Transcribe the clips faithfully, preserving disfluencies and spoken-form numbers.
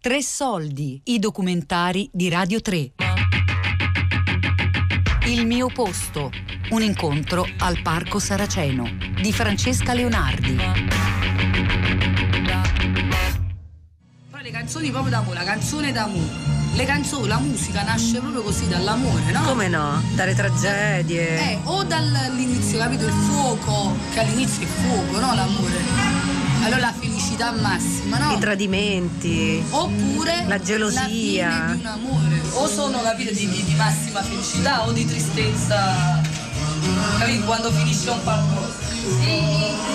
Tre soldi, i documentari di Radio tre. Il mio posto, un incontro al Parco Saraceno di Francesca Leonardi. Poi le canzoni proprio d'amore, la canzone d'amore. Le canzoni, la musica nasce proprio così dall'amore, no? Come no? Dalle tragedie. Eh, o dall'inizio, capito? Il fuoco, che all'inizio è fuoco, no? L'amore. Allora la felicità massima, no? I tradimenti. Oppure la gelosia. La fine di un amore. O sono, capito, di, di, di massima felicità o di tristezza. Capito? Quando finisce un qualcosa. Sì.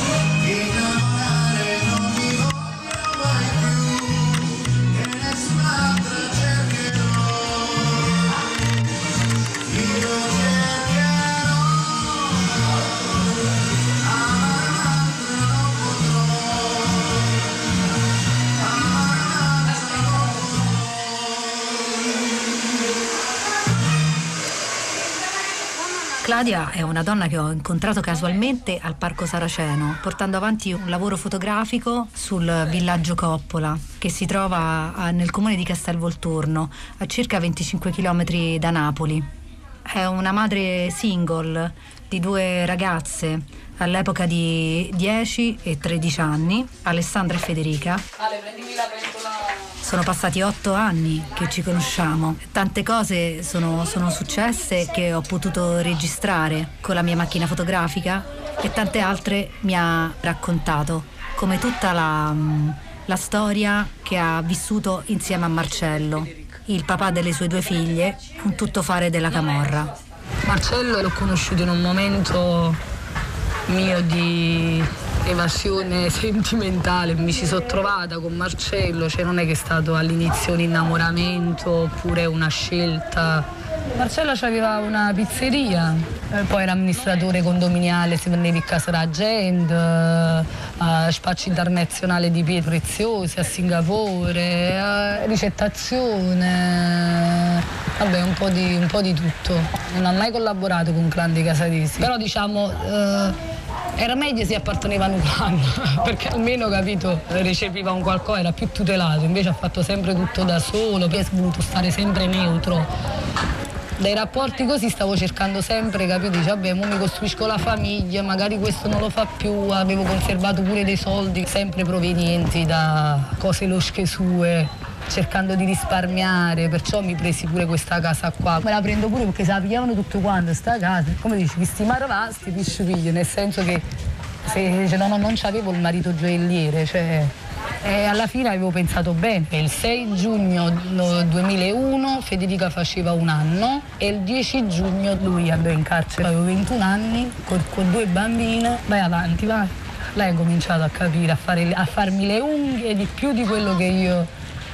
Claudia è una donna che ho incontrato casualmente al Parco Saraceno, portando avanti un lavoro fotografico sul villaggio Coppola, che si trova a, nel comune di Castelvolturno, a circa venticinque chilometri da Napoli. È una madre single di due ragazze, all'epoca di dieci e tredici anni, Alessandra e Federica. Ale, prendimi la pentola. Sono passati otto anni che ci conosciamo. Tante cose sono, sono successe che ho potuto registrare con la mia macchina fotografica e tante altre mi ha raccontato, come tutta la, la storia che ha vissuto insieme a Marcello, il papà delle sue due figlie, un tuttofare della camorra. Marcello l'ho conosciuto in un momento mio di evasione sentimentale, mi ci sono trovata con Marcello, cioè non è che è stato all'inizio un innamoramento oppure una scelta. Marcello aveva una pizzeria, poi era amministratore condominiale, si prendeva in casa la gente, a spaccio internazionale di pietre preziose a Singapore, a ricettazione, vabbè un po' di, un po' di tutto. Non ha mai collaborato con clan dei Casadesi, però diciamo eh, era meglio se apparteneva a un clan, perché almeno, capito, ricepiva un qualcosa, era più tutelato, invece ha fatto sempre tutto da solo, poi ha voluto stare sempre neutro. Dai rapporti così stavo cercando sempre, capito, dice vabbè, mo mi costruisco la famiglia, magari questo non lo fa più, avevo conservato pure dei soldi sempre provenienti da cose losche sue, cercando di risparmiare, perciò mi presi pure questa casa qua. Me la prendo pure perché se la pigliavano tutto quanto sta casa, come dici, questi maravasti pisci piglio, nel senso che se, cioè, no, no, non c'avevo il marito gioielliere, cioè, e alla fine avevo pensato bene. Il sei giugno duemilauno Federica faceva un anno e il dieci giugno lui andò in carcere, avevo ventuno anni, con, con due bambine. Vai avanti, vai. Lei ha cominciato a capire, a, fare, a farmi le unghie di più di quello che io.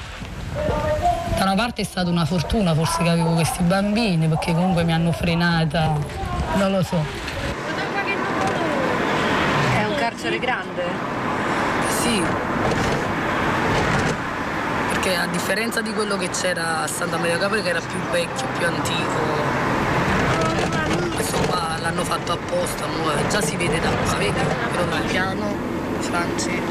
Da una parte è stata una fortuna forse che avevo questi bambini, perché comunque mi hanno frenata, non lo so. È un carcere grande? Sì, perché a differenza di quello che c'era a Santa Maria Capri, che era più vecchio, più antico, questo qua l'hanno fatto apposta, già si vede da qua, vedi? Però dal piano, Franci.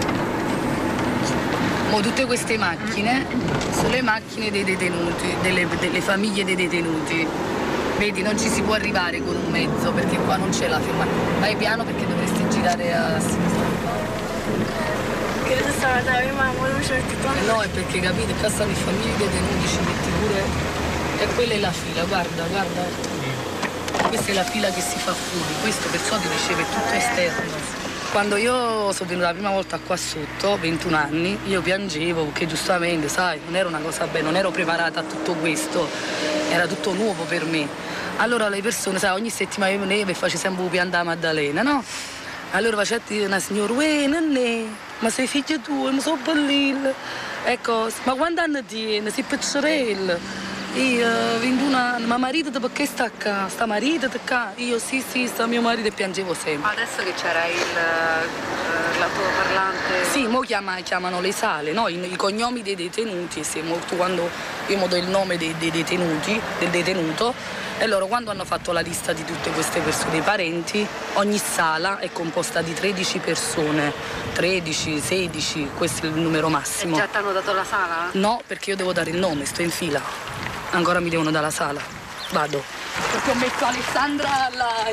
Mo tutte queste macchine sono le macchine dei detenuti, delle, delle famiglie dei detenuti. Vedi, non ci si può arrivare con un mezzo perché qua non c'è la firma. Vai piano perché dovresti girare a sinistra. Credo stava da me, ma non certi quando. No, è perché capite, qua stanno le famiglie dei detenuti, ci metti pure. E quella è la fila, guarda, guarda. Questa è la fila che si fa fuori, questo perciò ti dicevo è tutto esterno. Quando io sono venuta la prima volta qua sotto, ventuno anni, io piangevo perché giustamente, sai, non era una cosa bella, non ero preparata a tutto questo, era tutto nuovo per me. Allora le persone, sai, ogni settimana io venevo e facevo sempre un piano da Maddalena, no? Allora faceva una signora, uè, nonnè, ma sei figlia tua, ma sono bellina. Ecco, ma quanti anni tieni? Sei piccerella? Io, ventuno anni, ma marito perché sta qua? Sta marito qua? Io sì, sì, sta mio marito e piangevo sempre. Adesso che c'era il uh, parlato parlante? Sì, mo chiama, chiamano le sale, no? I, i cognomi dei detenuti, sì, molto quando io mo do il nome dei, dei detenuti, del detenuto, e loro quando hanno fatto la lista di tutte queste persone, dei parenti, ogni sala è composta di tredici persone, tredici, sedici, questo è il numero massimo. E già ti hanno dato la sala? No, perché io devo dare il nome, sto in fila, ancora mi devono dare la sala, vado, perché ho messo Alessandra alla...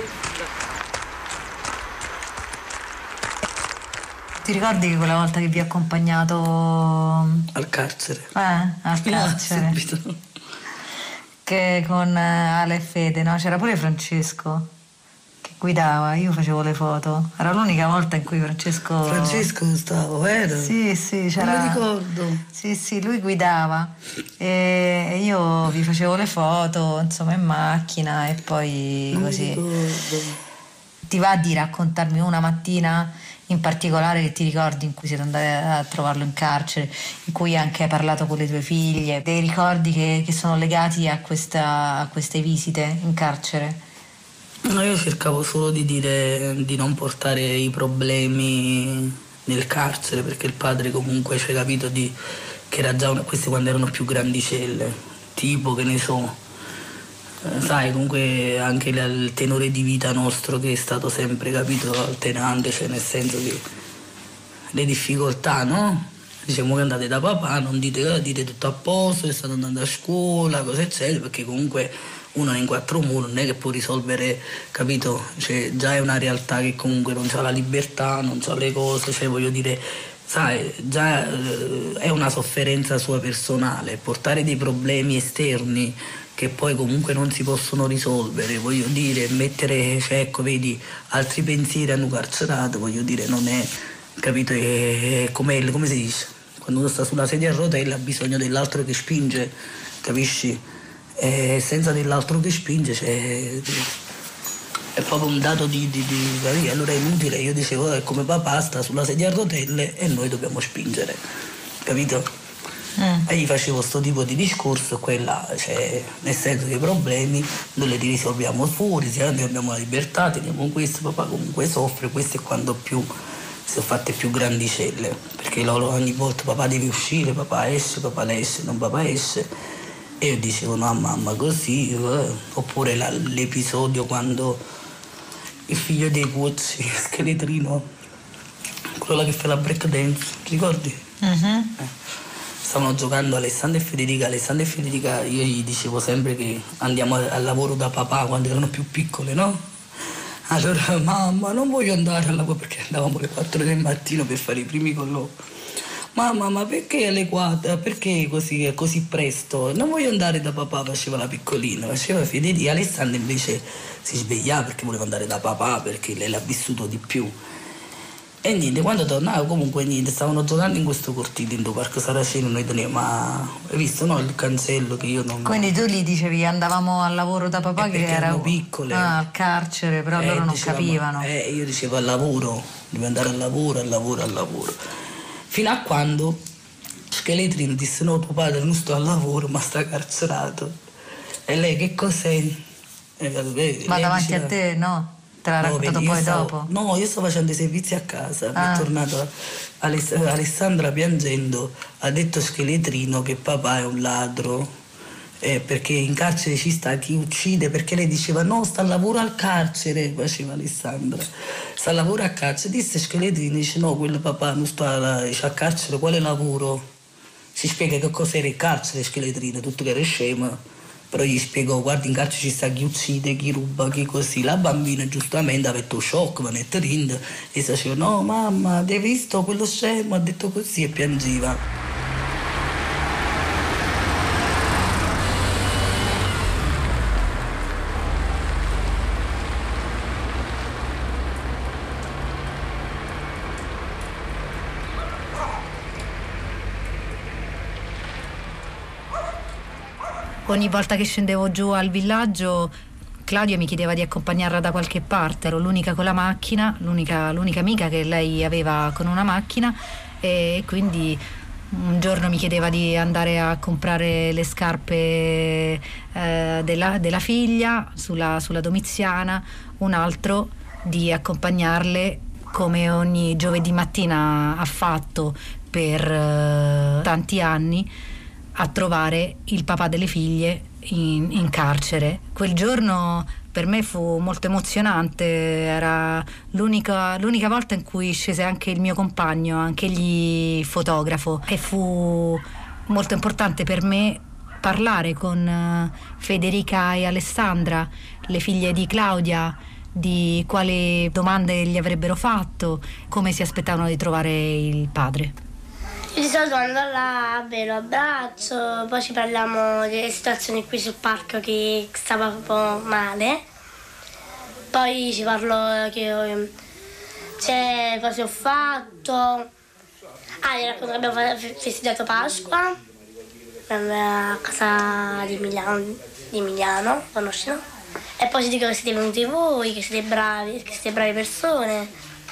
Ti ricordi quella volta che vi ho accompagnato al carcere? Eh, al carcere. No, che con Ale e Fede, no? C'era pure Francesco che guidava, io facevo le foto. Era l'unica volta in cui Francesco... Francesco stavo, vero? Sì, sì, c'era... Non mi ricordo. Sì, sì, lui guidava e io vi facevo le foto, insomma, in macchina e poi non così. Mi ricordo. Ti va di raccontarmi una mattina in particolare che ti ricordi in cui siete andati a trovarlo in carcere, in cui anche hai parlato con le tue figlie, dei ricordi che, che sono legati a, questa, a queste visite in carcere? No, io cercavo solo di dire di non portare i problemi nel carcere, perché il padre comunque ci ha capito di, che era già una, queste quando erano più grandicelle, tipo che ne so, sai, comunque anche il tenore di vita nostro che è stato sempre, capito, alterante, cioè nel senso che le difficoltà, no? Diciamo che andate da papà, non dite, dite tutto a posto, che state andando a scuola, cose eccetera, perché comunque uno in quattro mura non è che può risolvere, capito? Cioè già è una realtà che comunque non c'ha la libertà, non c'ha le cose, cioè voglio dire, sai, già eh, è una sofferenza sua personale, portare dei problemi esterni che poi comunque non si possono risolvere, voglio dire, mettere, cioè ecco, vedi, altri pensieri hanno carcerato, voglio dire, non è, capito, è, è come, come si dice, quando uno sta sulla sedia a rotelle ha bisogno dell'altro che spinge, capisci? E senza dell'altro che spinge, cioè, è proprio un dato di, di, di, allora è inutile, io dicevo, è come papà sta sulla sedia a rotelle e noi dobbiamo spingere, capito? Mm. E gli facevo sto tipo di discorso, quella, cioè, nel senso che i problemi noi li risolviamo fuori, se abbiamo la libertà, teniamo questo, papà comunque soffre, questo è quando più si sono fatte più grandicelle, perché loro ogni volta papà deve uscire, papà esce, papà esce, non papà esce, e io dicevo no mamma così, eh. Oppure la, l'episodio quando il figlio dei Cucci, Scheletrino, quello là che fa la break dance, ti ricordi? Mm-hmm. Eh. Stavano giocando Alessandra e Federica, Alessandra e Federica, io gli dicevo sempre che andiamo al lavoro da papà quando erano più piccole, no? Allora, mamma, non voglio andare al lavoro perché andavamo alle quattro del mattino per fare i primi colloqui. Mamma, ma perché alle quattro? Perché così, così presto? Non voglio andare da papà, faceva la piccolina, faceva Federica. Alessandra invece si svegliava perché voleva andare da papà, perché lei l'ha vissuto di più. E niente, quando tornavo comunque niente, stavano giocando in questo cortile in Parco Saraceno, noi teníamo, ma hai visto no il cancello che io non... Quindi tu gli dicevi andavamo al lavoro da papà che era... erano piccole. Ah, al carcere, però eh, loro non dicevamo, capivano. Eh, io dicevo al lavoro, devo andare al lavoro, al lavoro, al lavoro. Fino a quando Scheletrino disse no, tuo padre non sta al lavoro ma sta carcerato. E lei che cos'è? E lei, ma lei davanti diceva, a te no? Te l'ha no, raccontato vedi, poi stavo, dopo? No, io sto facendo i servizi a casa, ah. è tornato Aless- Alessandra piangendo, ha detto Scheletrino che papà è un ladro, eh, perché in carcere ci sta chi uccide, perché lei diceva no, sta al lavoro al carcere, faceva Alessandra, sta al lavoro al carcere, disse Scheletrino, dice no, quello papà non sta a carcere, quale lavoro? Si spiega che cos'era il carcere Scheletrino, tutto che era scemo. Però gli spiego, guarda in carcere ci sta chi uccide, chi ruba, chi così. La bambina giustamente ha detto shock, ma nel rind, e si diceva no mamma, hai visto quello scemo, ha detto così e piangeva. Ogni volta che scendevo giù al villaggio Claudia mi chiedeva di accompagnarla da qualche parte, ero l'unica con la macchina, l'unica, l'unica amica che lei aveva con una macchina, e quindi un giorno mi chiedeva di andare a comprare le scarpe eh, della, della figlia sulla, sulla Domiziana, un altro di accompagnarle come ogni giovedì mattina ha fatto per uh, tanti anni, a trovare il papà delle figlie in, in carcere. Quel giorno per me fu molto emozionante, era l'unica, l'unica volta in cui scese anche il mio compagno, anche egli fotografo, e fu molto importante per me parlare con Federica e Alessandra, le figlie di Claudia, di quali domande gli avrebbero fatto, come si aspettavano di trovare il padre. Io di solito quando là, beh, lo abbraccio, poi ci parliamo delle situazioni qui sul parco che stava un po' male, poi ci parlo che c'è cosa ho fatto. Ah, gli racconto che abbiamo festeggiato Pasqua a casa di Emiliano, di Emiliano, conosci, no? E poi ci dico che siete venuti voi, che siete bravi, che siete brave persone.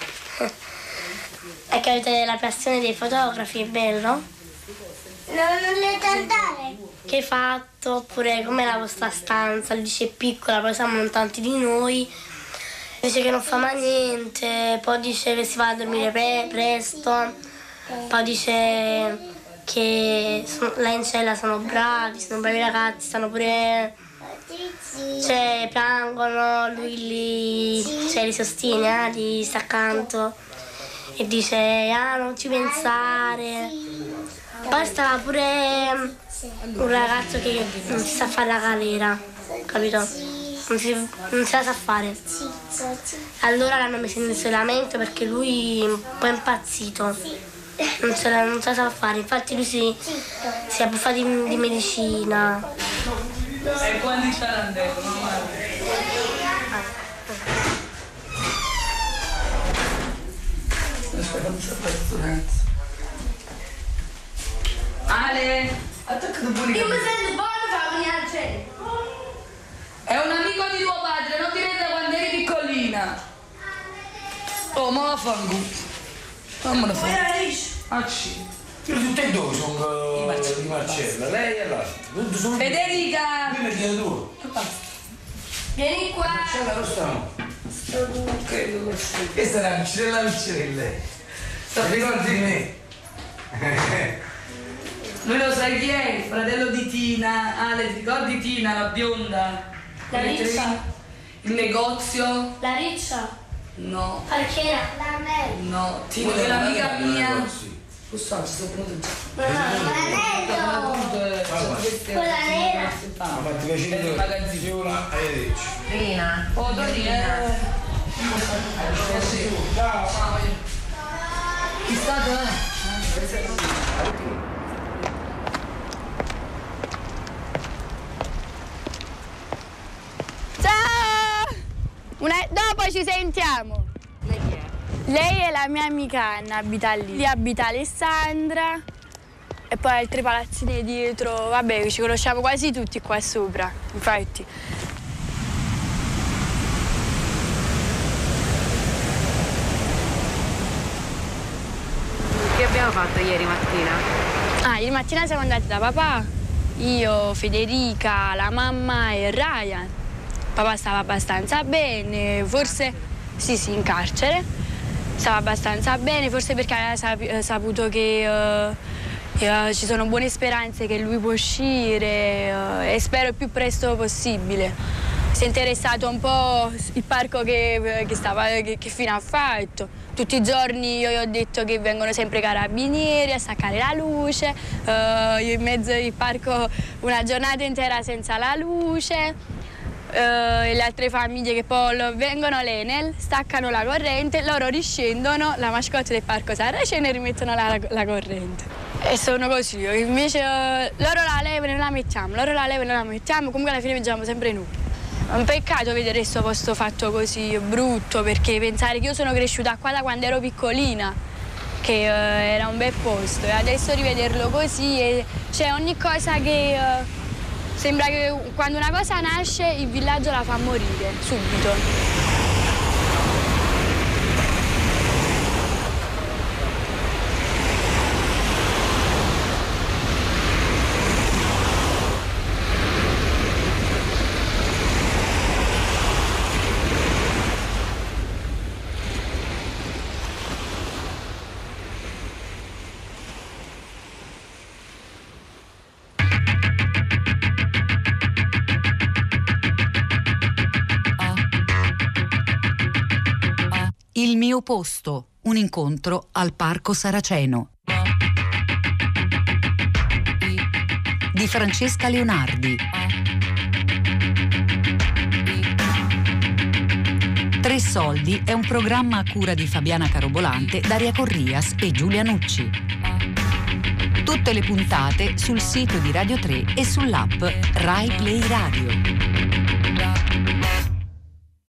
E che avete la passione dei fotografi, è bello? Non, non le cantare. Che hai fatto? Oppure com'è la vostra stanza? Lui dice è piccola, poi siamo tanti di noi. Dice che non fa mai niente, poi dice che si va a dormire pre- presto, poi dice che sono, là in cella sono bravi, sono bravi ragazzi, stanno pure... Cioè, piangono, lui li, cioè, li sostiene, eh, li sta accanto e dice ah non ci pensare. Poi stava pure un ragazzo che non si sa fare la galera, capito? Non si, non si la sa fare. Allora l'hanno messo in isolamento perché lui è un po' impazzito, non se la, non se la sa fare, infatti lui si, si è abbuffato di, di medicina. E quanti ci hanno detto? Ale! Attacca tu pure. Io mi sento buono per venire al cielo. È un amico di tuo padre, non ti rende quando eri piccolina. Oh, ma vaffanculo. Fammela fare. Ah, sì. Tutte e due sono di Marcella, lei e l'altro. Federica! Prima di tu. Vieni qua. Marcella lo stiamo. Questa è la Marcella Marcella. Sta ricordi di me. Lui lo sai chi è? Il fratello di Tina. Ale, ti ricordi Tina, la bionda? La riccia? Il negozio? La riccia? No. Perché? La me. No, Tina è l'amica mia. Lo so, ci sono venuto già. L'anello! Quella nera! Ma fatti piacere due. Una e dieci. Rina. Oh, Dorina. Ciao. Chi è stato, eh? Ciao! Una... Dopo ci sentiamo. Lei chi è? Lei è la mia amica Anna, abita lì. Lì abita Alessandra e poi altri palazzini dietro. Vabbè, ci conosciamo quasi tutti qua sopra, infatti. Che abbiamo fatto ieri mattina? Ah, ieri mattina siamo andati da papà, io, Federica, la mamma e Ryan. Papà stava abbastanza bene, forse sì, sì, in carcere. Stava abbastanza bene, forse perché aveva sap- saputo che uh, uh, ci sono buone speranze che lui può uscire uh, e spero il più presto possibile. Si è interessato un po' il parco che, che, stava, che, che fine ha fatto. Tutti i giorni io gli ho detto che vengono sempre i carabinieri a staccare la luce, uh, io in mezzo al parco una giornata intera senza la luce. Uh, e le altre famiglie che poi vengono l'Enel, staccano la corrente, loro riscendono, la mascotte del parco Saraceno e rimettono la, la corrente. E sono così, invece uh, loro la levano e non la mettiamo, loro la levano e non la mettiamo, comunque alla fine vinciamo sempre noi. È un peccato vedere questo posto fatto così brutto, perché pensare che io sono cresciuta qua da quando ero piccolina, che uh, era un bel posto, e adesso rivederlo così, e c'è ogni cosa che... Uh, Sembra che quando una cosa nasce il villaggio la fa morire, subito. Il mio posto, un incontro al Parco Saraceno. Di Francesca Leonardi. Tre soldi è un programma a cura di Fabiana Carobolante, Daria Corrias e Giulia Nucci. Tutte le puntate sul sito di Radio tre e sull'app Rai Play Radio.